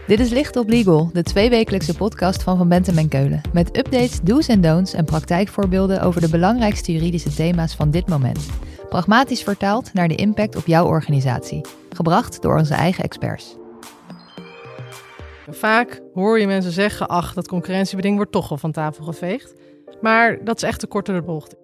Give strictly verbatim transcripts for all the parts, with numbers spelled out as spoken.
Dit is Licht op Legal, de tweewekelijkse podcast van Van Bentem en Keulen. Met updates, do's en don'ts en praktijkvoorbeelden over de belangrijkste juridische thema's van dit moment. Pragmatisch vertaald naar de impact op jouw organisatie. Gebracht door onze eigen experts. Vaak hoor je mensen zeggen, ach, dat concurrentiebeding wordt toch wel van tafel geveegd. Maar dat is echt te kort door de bocht.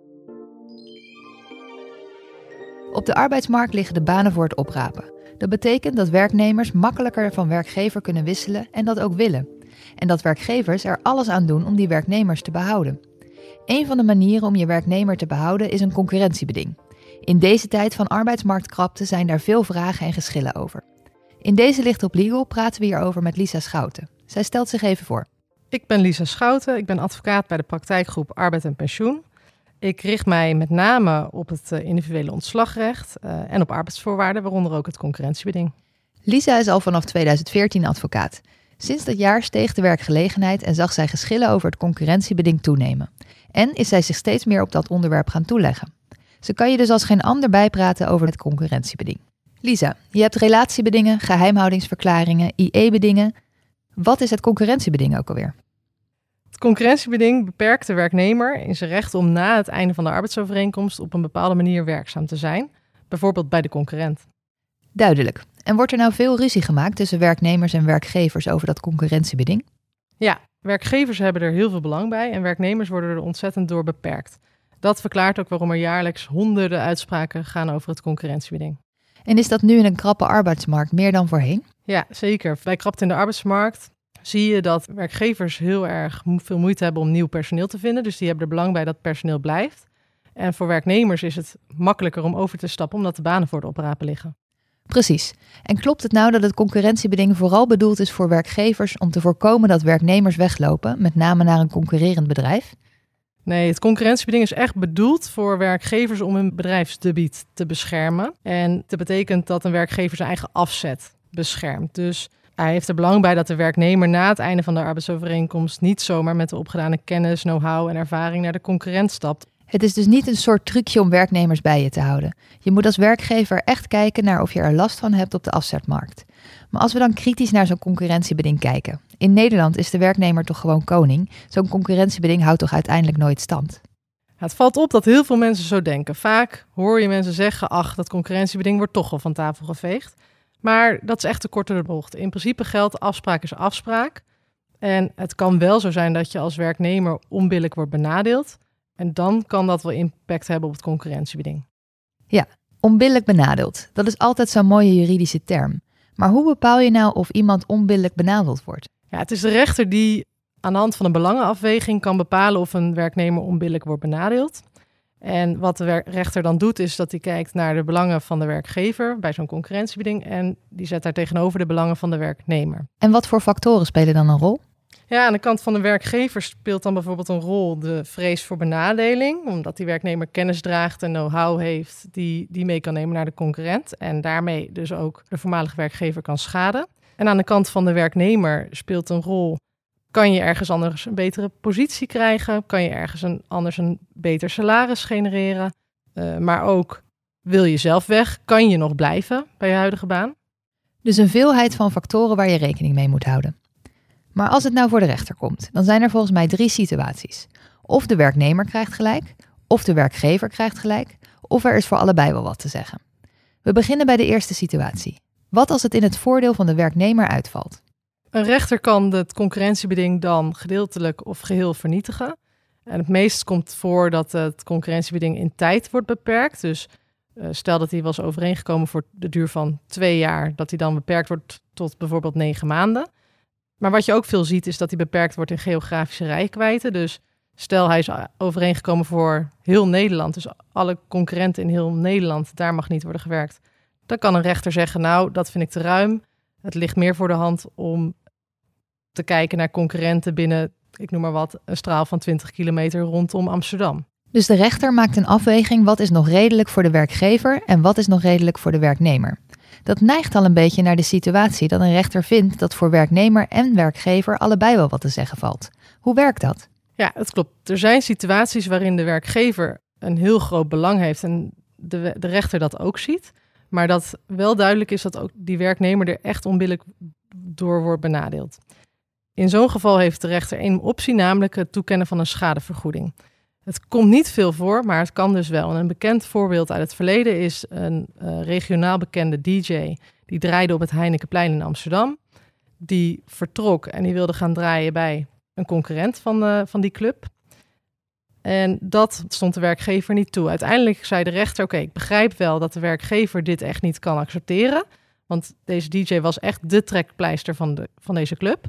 Op de arbeidsmarkt liggen de banen voor het oprapen. Dat betekent dat werknemers makkelijker van werkgever kunnen wisselen en dat ook willen. En dat werkgevers er alles aan doen om die werknemers te behouden. Een van de manieren om je werknemer te behouden is een concurrentiebeding. In deze tijd van arbeidsmarktkrapte zijn daar veel vragen en geschillen over. In deze Licht op Legal praten we hierover met Lisa Schouten. Zij stelt zich even voor. Ik ben Lisa Schouten, ik ben advocaat bij de praktijkgroep Arbeid en Pensioen. Ik richt mij met name op het individuele ontslagrecht uh, en op arbeidsvoorwaarden, waaronder ook het concurrentiebeding. Lisa is al vanaf tweeduizend veertien advocaat. Sinds dat jaar steeg de werkgelegenheid en zag zij geschillen over het concurrentiebeding toenemen. En is zij zich steeds meer op dat onderwerp gaan toeleggen. Ze kan je dus als geen ander bijpraten over het concurrentiebeding. Lisa, je hebt relatiebedingen, geheimhoudingsverklaringen, I E-bedingen. Wat is het concurrentiebeding ook alweer? Het concurrentiebeding beperkt de werknemer in zijn recht om na het einde van de arbeidsovereenkomst op een bepaalde manier werkzaam te zijn, bijvoorbeeld bij de concurrent. Duidelijk. En wordt er nou veel ruzie gemaakt tussen werknemers en werkgevers over dat concurrentiebeding? Ja, werkgevers hebben er heel veel belang bij en werknemers worden er ontzettend door beperkt. Dat verklaart ook waarom er jaarlijks honderden uitspraken gaan over het concurrentiebeding. En is dat nu in een krappe arbeidsmarkt meer dan voorheen? Ja, zeker. Bij krapte in de arbeidsmarkt zie je dat werkgevers heel erg veel moeite hebben om nieuw personeel te vinden. Dus die hebben er belang bij dat personeel blijft. En voor werknemers is het makkelijker om over te stappen omdat de banen voor de oprapen liggen. Precies. En klopt het nou dat het concurrentiebeding vooral bedoeld is voor werkgevers om te voorkomen dat werknemers weglopen, met name naar een concurrerend bedrijf? Nee, het concurrentiebeding is echt bedoeld voor werkgevers om hun bedrijfsdebiet te beschermen. En dat betekent dat een werkgever zijn eigen afzet beschermt. Dus hij heeft er belang bij dat de werknemer na het einde van de arbeidsovereenkomst niet zomaar met de opgedane kennis, know-how en ervaring naar de concurrent stapt. Het is dus niet een soort trucje om werknemers bij je te houden. Je moet als werkgever echt kijken naar of je er last van hebt op de afzetmarkt. Maar als we dan kritisch naar zo'n concurrentiebeding kijken. In Nederland is de werknemer toch gewoon koning. Zo'n concurrentiebeding houdt toch uiteindelijk nooit stand? Het valt op dat heel veel mensen zo denken. Vaak hoor je mensen zeggen, ach, dat concurrentiebeding wordt toch wel van tafel geveegd. Maar dat is echt te kort door de bocht. In principe geldt afspraak is afspraak. En het kan wel zo zijn dat je als werknemer onbillijk wordt benadeeld. En dan kan dat wel impact hebben op het concurrentiebeding. Ja, onbillijk benadeeld. Dat is altijd zo'n mooie juridische term. Maar hoe bepaal je nou of iemand onbillijk benadeeld wordt? Ja, het is de rechter die aan de hand van een belangenafweging kan bepalen of een werknemer onbillijk wordt benadeeld. En wat de rechter dan doet, is dat hij kijkt naar de belangen van de werkgever bij zo'n concurrentiebeding en die zet daar tegenover de belangen van de werknemer. En wat voor factoren spelen dan een rol? Ja, aan de kant van de werkgever speelt dan bijvoorbeeld een rol de vrees voor benadeling, omdat die werknemer kennis draagt en know-how heeft die die mee kan nemen naar de concurrent en daarmee dus ook de voormalige werkgever kan schaden. En aan de kant van de werknemer speelt een rol, kan je ergens anders een betere positie krijgen, kan je ergens een, anders een beter salaris genereren, uh, maar ook wil je zelf weg, kan je nog blijven bij je huidige baan. Dus een veelheid van factoren waar je rekening mee moet houden. Maar als het nou voor de rechter komt, dan zijn er volgens mij drie situaties. Of de werknemer krijgt gelijk, of de werkgever krijgt gelijk, of er is voor allebei wel wat te zeggen. We beginnen bij de eerste situatie. Wat als het in het voordeel van de werknemer uitvalt? Een rechter kan het concurrentiebeding dan gedeeltelijk of geheel vernietigen. En het meest komt voor dat het concurrentiebeding in tijd wordt beperkt. Dus uh, stel dat hij was overeengekomen voor de duur van twee jaar, dat hij dan beperkt wordt tot bijvoorbeeld negen maanden. Maar wat je ook veel ziet is dat hij beperkt wordt in geografische reikwijdte. Dus stel hij is overeengekomen voor heel Nederland, dus alle concurrenten in heel Nederland, daar mag niet worden gewerkt. Dan kan een rechter zeggen, nou, dat vind ik te ruim. Het ligt meer voor de hand om te kijken naar concurrenten binnen, ik noem maar wat, een straal van twintig kilometer rondom Amsterdam. Dus de rechter maakt een afweging wat is nog redelijk voor de werkgever en wat is nog redelijk voor de werknemer. Dat neigt al een beetje naar de situatie dat een rechter vindt dat voor werknemer en werkgever allebei wel wat te zeggen valt. Hoe werkt dat? Ja, het klopt. Er zijn situaties waarin de werkgever een heel groot belang heeft en de, de rechter dat ook ziet. Maar dat wel duidelijk is dat ook die werknemer er echt onbillijk door wordt benadeeld. In zo'n geval heeft de rechter één optie, namelijk het toekennen van een schadevergoeding. Het komt niet veel voor, maar het kan dus wel. En een bekend voorbeeld uit het verleden is een uh, regionaal bekende D J. Die draaide op het Heinekenplein in Amsterdam. Die vertrok en die wilde gaan draaien bij een concurrent van, uh, van die club. En dat stond de werkgever niet toe. Uiteindelijk zei de rechter, oké, okay, ik begrijp wel dat de werkgever dit echt niet kan accepteren. Want deze D J was echt de trekpleister van, de, van deze club.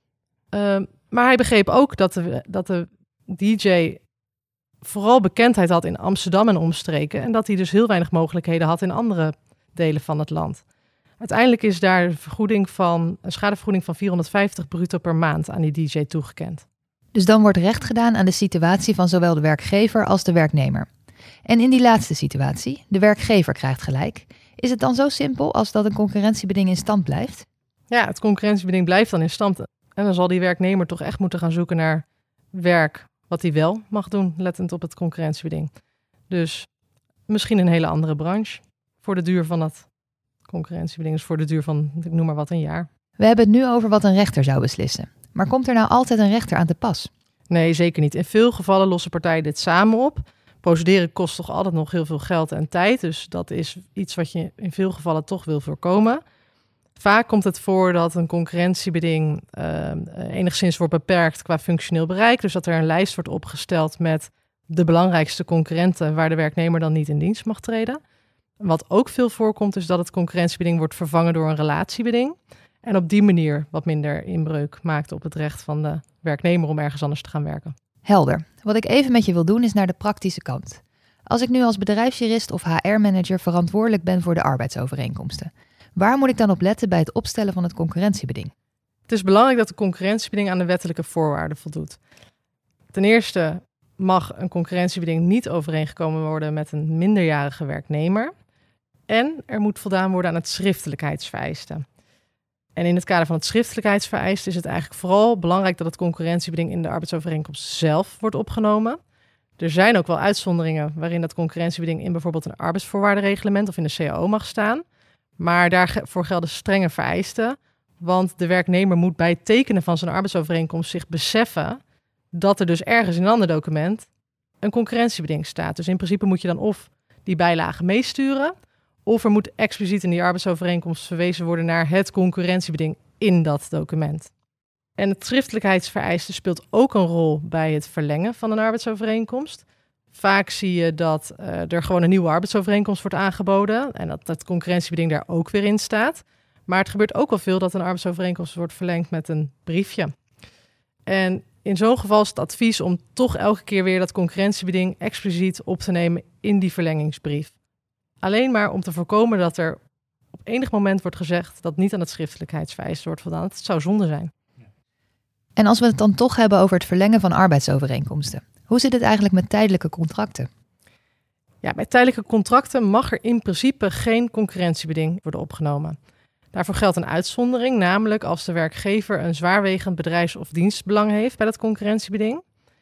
Uh, maar hij begreep ook dat de, dat de D J vooral bekendheid had in Amsterdam en omstreken. En dat hij dus heel weinig mogelijkheden had in andere delen van het land. Uiteindelijk is daar een, vergoeding van, een schadevergoeding van vierhonderdvijftig bruto per maand aan die D J toegekend. Dus dan wordt recht gedaan aan de situatie van zowel de werkgever als de werknemer. En in die laatste situatie, de werkgever krijgt gelijk. Is het dan zo simpel als dat een concurrentiebeding in stand blijft? Ja, het concurrentiebeding blijft dan in stand. En dan zal die werknemer toch echt moeten gaan zoeken naar werk wat hij wel mag doen, lettend op het concurrentiebeding. Dus misschien een hele andere branche voor de duur van dat concurrentiebeding. Dus voor de duur van, ik noem maar wat, een jaar. We hebben het nu over wat een rechter zou beslissen. Maar komt er nou altijd een rechter aan te pas? Nee, zeker niet. In veel gevallen lossen partijen dit samen op. Procederen kost toch altijd nog heel veel geld en tijd. Dus dat is iets wat je in veel gevallen toch wil voorkomen. Vaak komt het voor dat een concurrentiebeding uh, enigszins wordt beperkt qua functioneel bereik. Dus dat er een lijst wordt opgesteld met de belangrijkste concurrenten waar de werknemer dan niet in dienst mag treden. Wat ook veel voorkomt is dat het concurrentiebeding wordt vervangen door een relatiebeding. En op die manier wat minder inbreuk maakt op het recht van de werknemer om ergens anders te gaan werken. Helder. Wat ik even met je wil doen is naar de praktische kant. Als ik nu als bedrijfsjurist of H R-manager verantwoordelijk ben voor de arbeidsovereenkomsten, waar moet ik dan op letten bij het opstellen van het concurrentiebeding? Het is belangrijk dat de concurrentiebeding aan de wettelijke voorwaarden voldoet. Ten eerste mag een concurrentiebeding niet overeengekomen worden met een minderjarige werknemer. En er moet voldaan worden aan het schriftelijkheidsvereiste. En in het kader van het schriftelijkheidsvereiste is het eigenlijk vooral belangrijk dat het concurrentiebeding in de arbeidsovereenkomst zelf wordt opgenomen. Er zijn ook wel uitzonderingen waarin dat concurrentiebeding in bijvoorbeeld een arbeidsvoorwaardenreglement of in de C A O mag staan. Maar daarvoor gelden strenge vereisten, want de werknemer moet bij het tekenen van zijn arbeidsovereenkomst zich beseffen dat er dus ergens in een ander document een concurrentiebeding staat. Dus in principe moet je dan of die bijlage meesturen, of er moet expliciet in die arbeidsovereenkomst verwezen worden naar het concurrentiebeding in dat document. En het schriftelijkheidsvereiste speelt ook een rol bij het verlengen van een arbeidsovereenkomst. Vaak zie je dat uh, er gewoon een nieuwe arbeidsovereenkomst wordt aangeboden en dat het concurrentiebeding daar ook weer in staat. Maar het gebeurt ook wel veel dat een arbeidsovereenkomst wordt verlengd met een briefje. En in zo'n geval is het advies om toch elke keer weer dat concurrentiebeding expliciet op te nemen in die verlengingsbrief. Alleen maar om te voorkomen dat er op enig moment wordt gezegd dat niet aan het schriftelijkheidsvereiste wordt voldaan. Het zou zonde zijn. En als we het dan toch hebben over het verlengen van arbeidsovereenkomsten, hoe zit het eigenlijk met tijdelijke contracten? Ja, bij tijdelijke contracten mag er in principe geen concurrentiebeding worden opgenomen. Daarvoor geldt een uitzondering, namelijk als de werkgever een zwaarwegend bedrijfs- of dienstbelang heeft bij dat concurrentiebeding.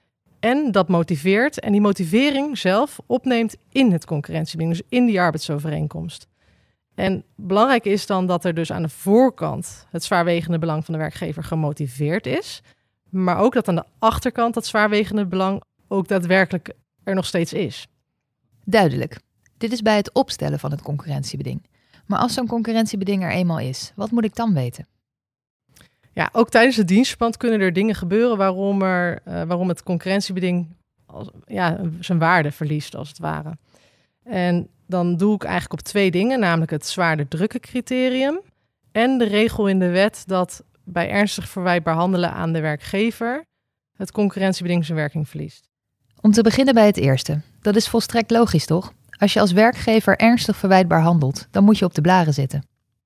En dat motiveert en die motivering zelf opneemt in het concurrentiebeding, dus in die arbeidsovereenkomst. En belangrijk is dan dat er dus aan de voorkant het zwaarwegende belang van de werkgever gemotiveerd is, maar ook dat aan de achterkant dat zwaarwegende belang ook daadwerkelijk er nog steeds is. Duidelijk. Dit is bij het opstellen van het concurrentiebeding. Maar als zo'n concurrentiebeding er eenmaal is, wat moet ik dan weten? Ja, ook tijdens het dienstverband kunnen er dingen gebeuren waarom, er, uh, waarom het concurrentiebeding als, ja, zijn waarde verliest, als het ware. En dan doe ik eigenlijk op twee dingen, namelijk het zwaarder drukken criterium en de regel in de wet dat bij ernstig verwijtbaar handelen aan de werkgever het concurrentiebeding zijn werking verliest. Om te beginnen bij het eerste. Dat is volstrekt logisch, toch? Als je als werkgever ernstig verwijtbaar handelt, dan moet je op de blaren zitten.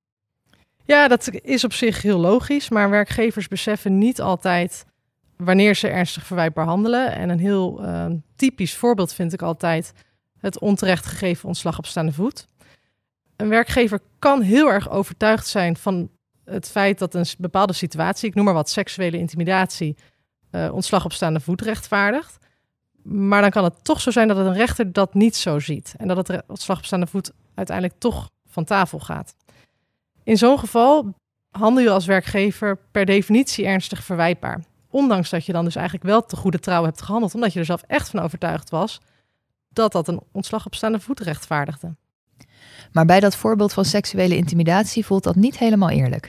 Ja, dat is op zich heel logisch, maar werkgevers beseffen niet altijd wanneer ze ernstig verwijtbaar handelen. En een heel uh, typisch voorbeeld vind ik altijd het onterecht gegeven ontslag op staande voet. Een werkgever kan heel erg overtuigd zijn van het feit dat een bepaalde situatie, ik noem maar wat, seksuele intimidatie, uh, ontslag op staande voet rechtvaardigt. Maar dan kan het toch zo zijn dat een rechter dat niet zo ziet. En dat het ontslag op staande voet uiteindelijk toch van tafel gaat. In zo'n geval handel je als werkgever per definitie ernstig verwijtbaar. Ondanks dat je dan dus eigenlijk wel te goede trouw hebt gehandeld, omdat je er zelf echt van overtuigd was dat dat een ontslag op staande voet rechtvaardigde. Maar bij dat voorbeeld van seksuele intimidatie voelt dat niet helemaal eerlijk.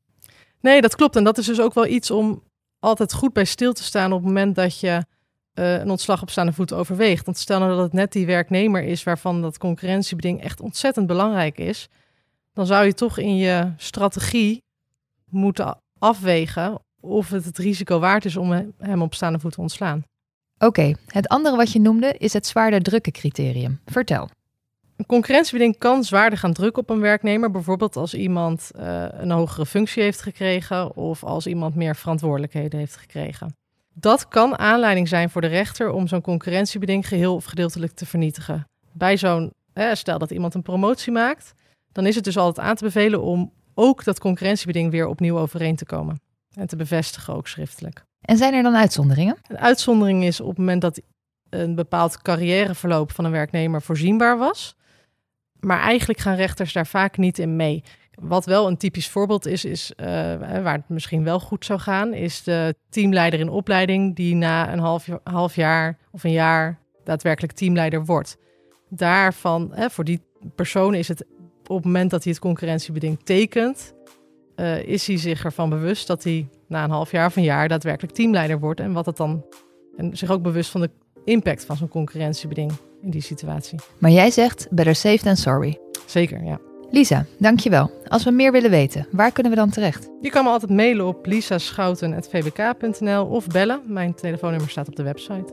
Nee, dat klopt. En dat is dus ook wel iets om altijd goed bij stil te staan op het moment dat je uh, een ontslag op staande voet overweegt. Want stel nou dat het net die werknemer is waarvan dat concurrentiebeding echt ontzettend belangrijk is, dan zou je toch in je strategie moeten afwegen of het het risico waard is om hem op staande voet te ontslaan. Oké, okay, het andere wat je noemde is het zwaarder drukken criterium. Vertel. Een concurrentiebeding kan zwaarder gaan drukken op een werknemer. Bijvoorbeeld als iemand uh, een hogere functie heeft gekregen of als iemand meer verantwoordelijkheden heeft gekregen. Dat kan aanleiding zijn voor de rechter om zo'n concurrentiebeding geheel of gedeeltelijk te vernietigen. Bij zo'n, eh, stel dat iemand een promotie maakt, dan is het dus altijd aan te bevelen om ook dat concurrentiebeding weer opnieuw overeen te komen. En te bevestigen ook schriftelijk. En zijn er dan uitzonderingen? Een uitzondering is op het moment dat een bepaald carrièreverloop van een werknemer voorzienbaar was. Maar eigenlijk gaan rechters daar vaak niet in mee. Wat wel een typisch voorbeeld is, is uh, waar het misschien wel goed zou gaan, is de teamleider in opleiding die na een half, half jaar of een jaar daadwerkelijk teamleider wordt. Daarvan, hè, voor die persoon is het op het moment dat hij het concurrentiebeding tekent, uh, is hij zich ervan bewust dat hij na een half jaar of een jaar daadwerkelijk teamleider wordt. En wat het dan, en zich ook bewust van de impact van zo'n concurrentiebeding in die situatie. Maar jij zegt better safe than sorry. Zeker, ja. Lisa, dankjewel. Als we meer willen weten, waar kunnen we dan terecht? Je kan me altijd mailen op lisaschouten apenstaartje v b k punt n l of bellen. Mijn telefoonnummer staat op de website.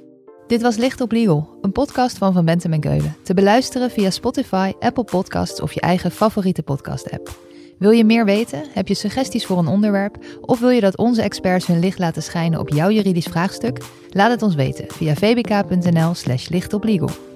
Dit was Licht op Legal, een podcast van Van Bentem en Keulen. Te beluisteren via Spotify, Apple Podcasts of je eigen favoriete podcast-app. Wil je meer weten? Heb je suggesties voor een onderwerp? Of wil je dat onze experts hun licht laten schijnen op jouw juridisch vraagstuk? Laat het ons weten via v b k punt n l slash licht op legal.